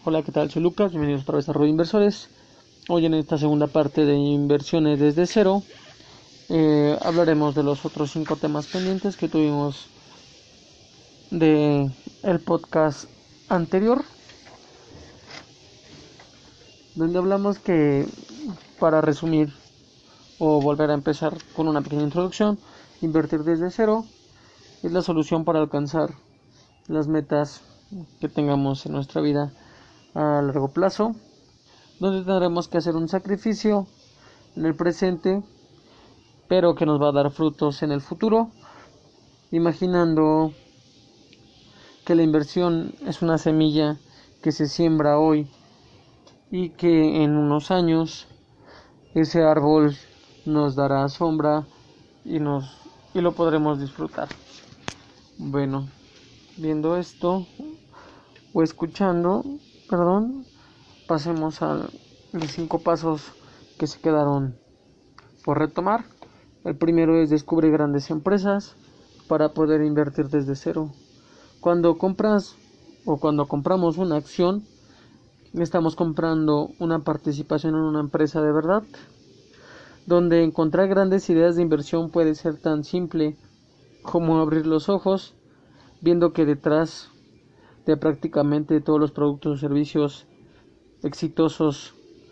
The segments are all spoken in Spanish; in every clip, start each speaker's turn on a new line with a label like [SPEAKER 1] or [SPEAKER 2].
[SPEAKER 1] Hola, ¿qué tal? Soy Lucas, bienvenidos otra vez a Rueda Inversores. Hoy en esta segunda parte de inversiones desde cero hablaremos de los otros 5 temas pendientes que tuvimos de el podcast anterior, donde hablamos que, para resumir o volver a empezar con una pequeña introducción, invertir desde cero es la solución para alcanzar las metas que tengamos en nuestra vida a largo plazo, donde tendremos que hacer un sacrificio en el presente, pero que nos va a dar frutos en el futuro, imaginando que la inversión es una semilla que se siembra hoy y que en unos años ese árbol nos dará sombra y lo podremos disfrutar. Bueno, viendo esto o escuchando, pasemos a los 5 pasos que se quedaron por retomar. El primero es descubrir grandes empresas para poder invertir desde cero. Cuando compramos una acción, estamos comprando una participación en una empresa de verdad, donde encontrar grandes ideas de inversión puede ser tan simple como abrir los ojos, viendo que detrás de prácticamente todos los productos o servicios exitosos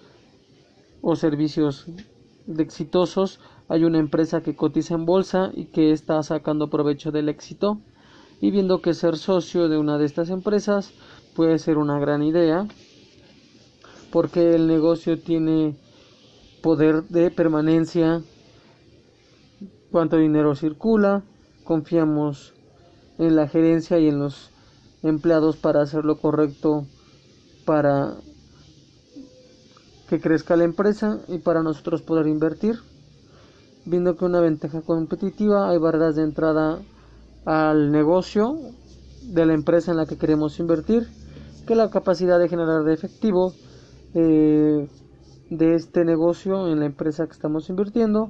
[SPEAKER 1] hay una empresa que cotiza en bolsa y que está sacando provecho del éxito, y viendo que ser socio de una de estas empresas puede ser una gran idea, porque el negocio tiene poder de permanencia, cuánto dinero circula, confiamos en la gerencia y en los empleados para hacer lo correcto para que crezca la empresa y para nosotros poder invertir. Viendo que una ventaja competitiva, hay barreras de entrada al negocio de la empresa en la que queremos invertir, que la capacidad de generar de efectivo de este negocio en la empresa que estamos invirtiendo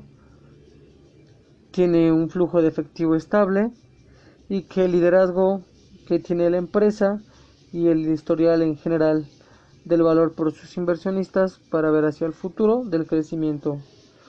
[SPEAKER 1] tiene un flujo de efectivo estable, y que el liderazgo que tiene la empresa y el historial en general del valor por sus inversionistas para ver hacia el futuro del crecimiento.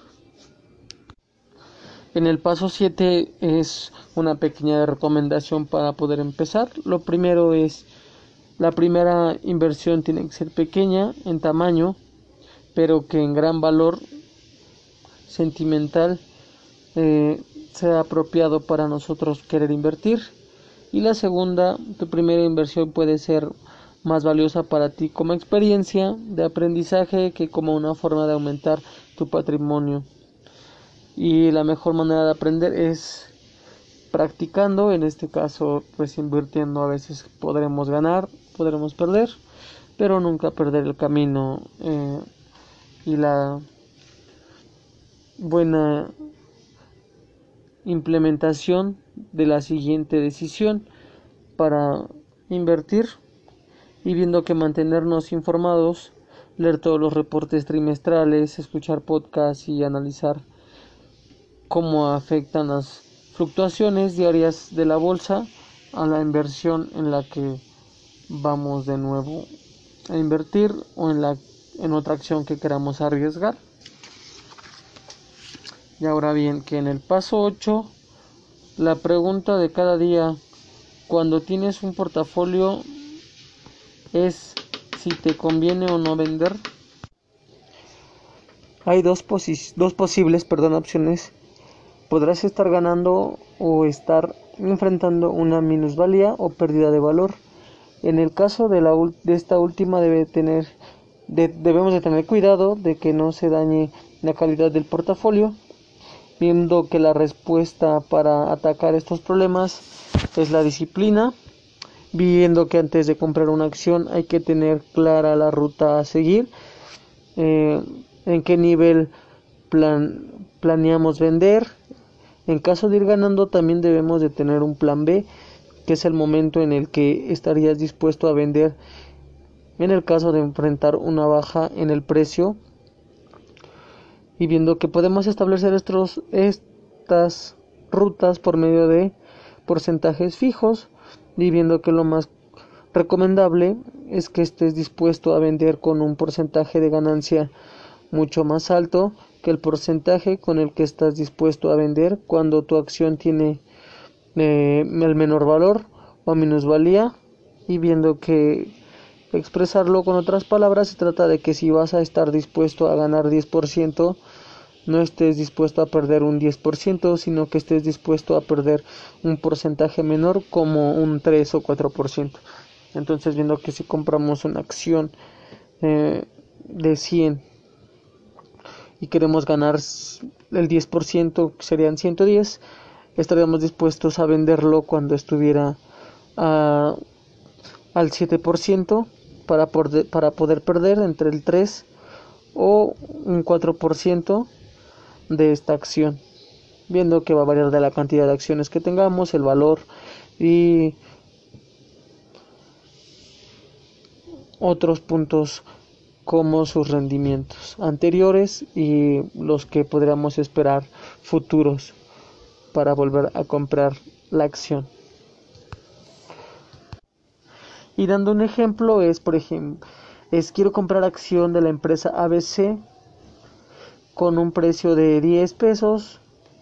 [SPEAKER 1] En el paso 7 es una pequeña recomendación para poder empezar. Lo primero es, la primera inversión tiene que ser pequeña en tamaño, pero que en gran valor sentimental sea apropiado para nosotros querer invertir. Y la segunda, tu primera inversión puede ser más valiosa para ti como experiencia de aprendizaje que como una forma de aumentar tu patrimonio. Y la mejor manera de aprender es practicando, en este caso pues invirtiendo. A veces podremos ganar, podremos perder, pero nunca perder el camino y la buena implementación de la siguiente decisión para invertir. Y viendo que mantenernos informados, leer todos los reportes trimestrales, escuchar podcasts y analizar cómo afectan las fluctuaciones diarias de la bolsa a la inversión en la que vamos de nuevo a invertir, o en otra acción que queramos arriesgar. Y ahora bien, que en el paso 8, la pregunta de cada día cuando tienes un portafolio es si te conviene o no vender. Hay dos posibles opciones. Podrás estar ganando o estar enfrentando una minusvalía o pérdida de valor. En el caso de esta última debemos de tener cuidado de que no se dañe la calidad del portafolio, viendo que la respuesta para atacar estos problemas es la disciplina, viendo que antes de comprar una acción hay que tener clara la ruta a seguir, en qué nivel planeamos vender. En caso de ir ganando, también debemos de tener un plan B, que es el momento en el que estarías dispuesto a vender en el caso de enfrentar una baja en el precio. Y viendo que podemos establecer estas rutas por medio de porcentajes fijos, y viendo que lo más recomendable es que estés dispuesto a vender con un porcentaje de ganancia mucho más alto que el porcentaje con el que estás dispuesto a vender cuando tu acción tiene el menor valor o minusvalía, y viendo que expresarlo con otras palabras se trata de que si vas a estar dispuesto a ganar 10%, no estés dispuesto a perder un 10%, sino que estés dispuesto a perder un porcentaje menor como un 3 o 4%. Entonces, viendo que si compramos una acción de 100 y queremos ganar el 10%, serían 110, estaríamos dispuestos a venderlo cuando estuviera al 7% para poder perder entre el 3 o un 4% de esta acción, viendo que va a variar de la cantidad de acciones que tengamos, el valor y otros puntos como sus rendimientos anteriores y los que podríamos esperar futuros para volver a comprar la acción. Y dando un ejemplo quiero comprar acción de la empresa ABC con un precio de 10 pesos,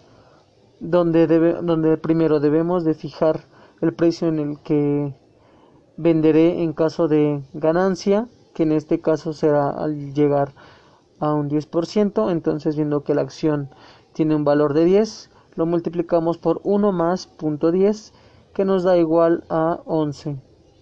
[SPEAKER 1] donde primero debemos de fijar el precio en el que venderé en caso de ganancia, que en este caso será al llegar a un 10%. Entonces, viendo que la acción tiene un valor de 10, lo multiplicamos por 1 más 0.10, que nos da igual a 11.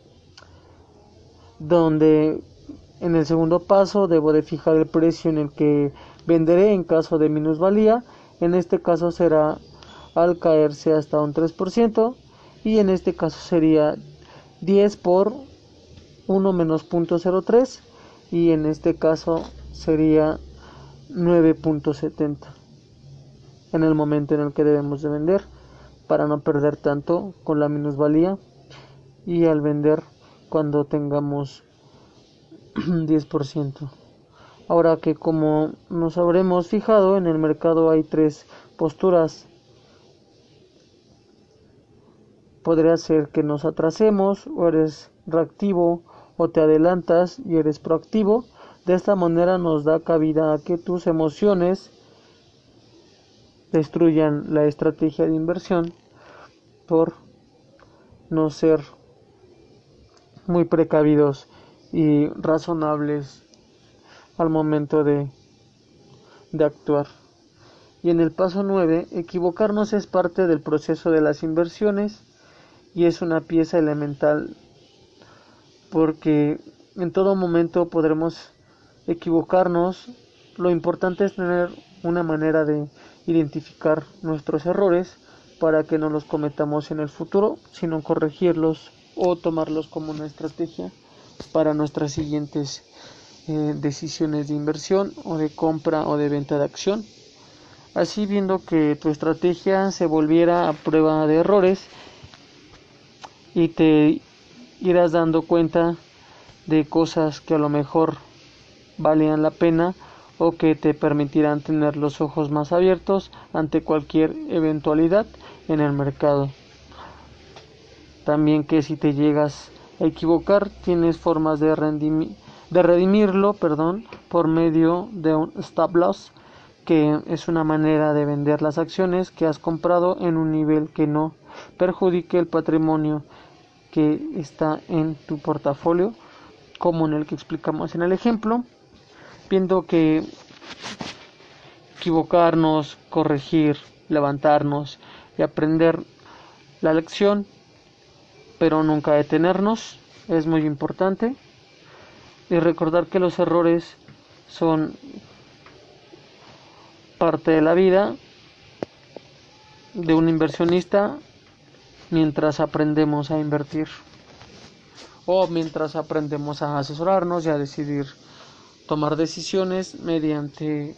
[SPEAKER 1] Donde en el segundo paso debo de fijar el precio en el que venderé en caso de minusvalía. En este caso será al caerse hasta un 3%, y en este caso sería 10 por 1 menos 0.03, y en este caso sería 9.70 en el momento en el que debemos de vender, para no perder tanto con la minusvalía y al vender cuando tengamos 10%. Ahora que, como nos habremos fijado, en el mercado hay tres posturas. Podría ser que nos atrasemos, o eres reactivo, o te adelantas y eres proactivo. De esta manera nos da cabida a que tus emociones destruyan la estrategia de inversión por no ser muy precavidos y razonables al momento de actuar. Y en el paso 9, equivocarnos es parte del proceso de las inversiones y es una pieza elemental, porque en todo momento podremos equivocarnos. Lo importante es tener una manera de identificar nuestros errores para que no los cometamos en el futuro, sino corregirlos o tomarlos como una estrategia para nuestras siguientes decisiones de inversión o de compra o de venta de acción. Así, viendo que tu estrategia se volviera a prueba de errores y te irás dando cuenta de cosas que a lo mejor valían la pena o que te permitirán tener los ojos más abiertos ante cualquier eventualidad en el mercado. También que si te llegas a equivocar, tienes formas de redimirlo, por medio de un stop loss, que es una manera de vender las acciones que has comprado en un nivel que no perjudique el patrimonio que está en tu portafolio, como en el que explicamos en el ejemplo. Viendo que equivocarnos, corregir, levantarnos y aprender la lección, pero nunca detenernos, es muy importante. Y recordar que los errores son parte de la vida de un inversionista mientras aprendemos a invertir, o mientras aprendemos a asesorarnos y a decidir tomar decisiones mediante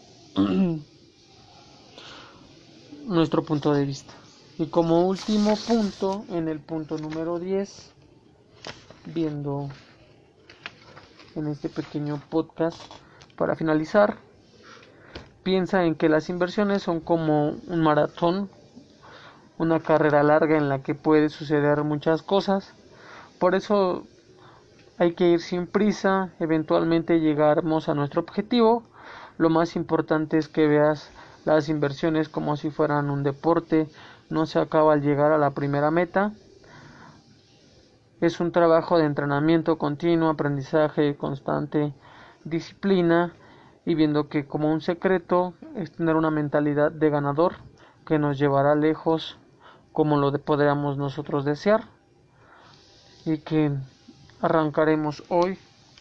[SPEAKER 1] nuestro punto de vista. Y como último punto, en el punto número 10, viendo en este pequeño podcast para finalizar, piensa en que las inversiones son como un maratón, una carrera larga en la que puede suceder muchas cosas. Por eso hay que ir sin prisa, eventualmente llegaremos a nuestro objetivo. Lo más importante es que veas las inversiones como si fueran un deporte, no se acaba al llegar a la primera meta. Es un trabajo de entrenamiento continuo, aprendizaje constante, disciplina, y viendo que como un secreto es tener una mentalidad de ganador que nos llevará lejos como lo podríamos nosotros desear, y que arrancaremos hoy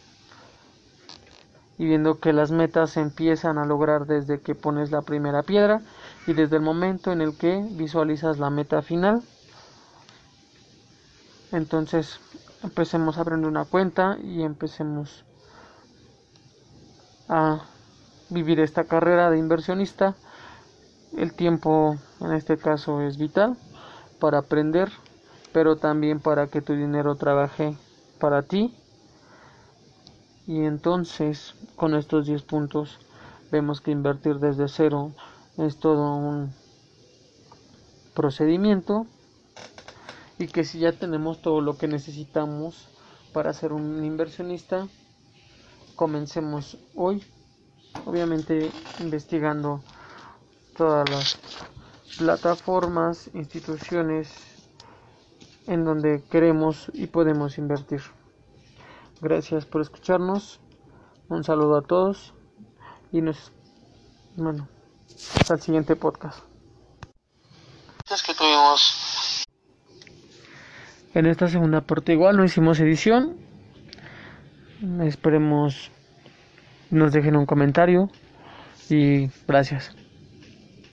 [SPEAKER 1] y viendo que las metas se empiezan a lograr desde que pones la primera piedra y desde el momento en el que visualizas la meta final. Entonces empecemos a abrir una cuenta y empecemos a vivir esta carrera de inversionista. El tiempo en este caso es vital para aprender, pero también para que tu dinero trabaje para ti. Y entonces con estos 10 puntos vemos que invertir desde cero es todo un procedimiento, y que si ya tenemos todo lo que necesitamos para ser un inversionista, comencemos hoy, obviamente investigando todas las plataformas, instituciones en donde queremos y podemos invertir. Gracias por escucharnos, un saludo a todos y hasta el siguiente podcast. Es que tuvimos en esta segunda parte, igual no hicimos edición. Esperemos nos dejen un comentario y gracias.